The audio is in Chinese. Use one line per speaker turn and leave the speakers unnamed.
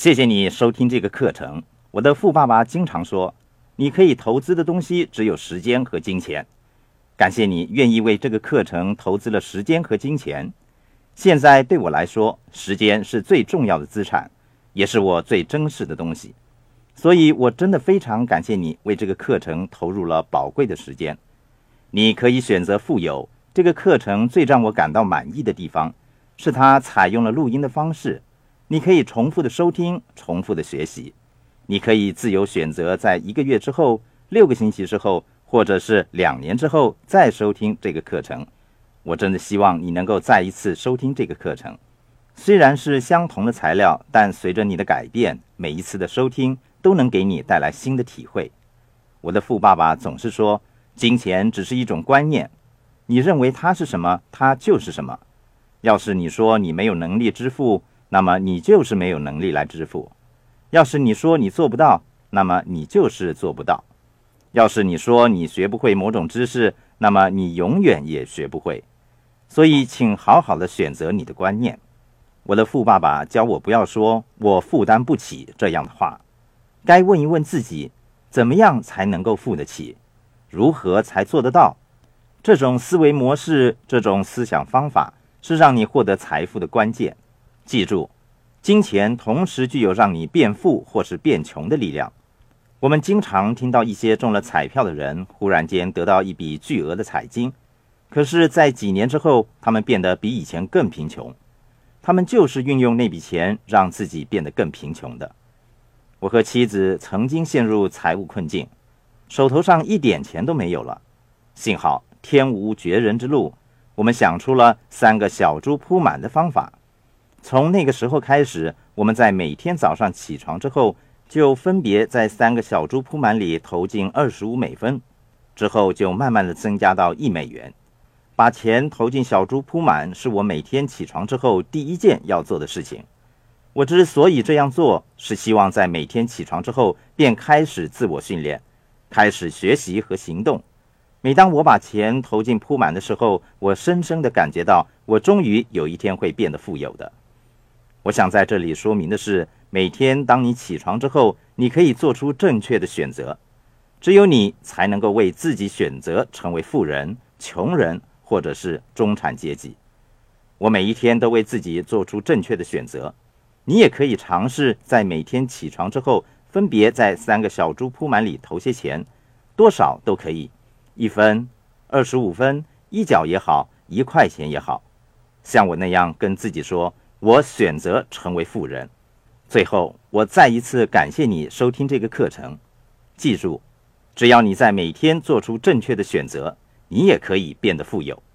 谢谢你收听这个课程。我的富爸爸经常说，你可以投资的东西只有时间和金钱。感谢你愿意为这个课程投资了时间和金钱。现在对我来说，时间是最重要的资产，也是我最珍视的东西。所以我真的非常感谢你为这个课程投入了宝贵的时间。你可以选择富有。这个课程最让我感到满意的地方，是它采用了录音的方式。你可以重复的收听，重复的学习。你可以自由选择在1个月之后、6个星期之后，或者是2年之后再收听这个课程。我真的希望你能够再一次收听这个课程。虽然是相同的材料，但随着你的改变，每一次的收听都能给你带来新的体会。我的富爸爸总是说，金钱只是一种观念，你认为它是什么，它就是什么。要是你说你没有能力支付，那么你就是没有能力来支付。要是你说你做不到，那么你就是做不到。要是你说你学不会某种知识，那么你永远也学不会。所以请好好的选择你的观念。我的富爸爸教我不要说我负担不起这样的话，该问一问自己，怎么样才能够付得起，如何才做得到。这种思维模式，这种思想方法，是让你获得财富的关键。记住，金钱同时具有让你变富或是变穷的力量。我们经常听到一些中了彩票的人忽然间得到一笔巨额的彩金，可是在几年之后，他们变得比以前更贫穷。他们就是运用那笔钱让自己变得更贫穷的。我和妻子曾经陷入财务困境，手头上一点钱都没有了。幸好天无绝人之路，我们想出了3个小猪铺满的方法。从那个时候开始，我们在每天早上起床之后，就分别在3个小猪铺满里投进25美分，之后就慢慢的增加到1美元。把钱投进小猪铺满是我每天起床之后第一件要做的事情。我之所以这样做，是希望在每天起床之后便开始自我训练，开始学习和行动。每当我把钱投进铺满的时候，我深深地感觉到我终于有一天会变得富有的。我想在这里说明的是，每天当你起床之后，你可以做出正确的选择。只有你才能够为自己选择成为富人、穷人或者是中产阶级。我每一天都为自己做出正确的选择。你也可以尝试在每天起床之后，分别在3个小猪铺满里投些钱，多少都可以，1分、25分、1角也好，1块钱也好。像我那样跟自己说，我选择成为富人。最后，我再一次感谢你收听这个课程。记住，只要你在每天做出正确的选择，你也可以变得富有。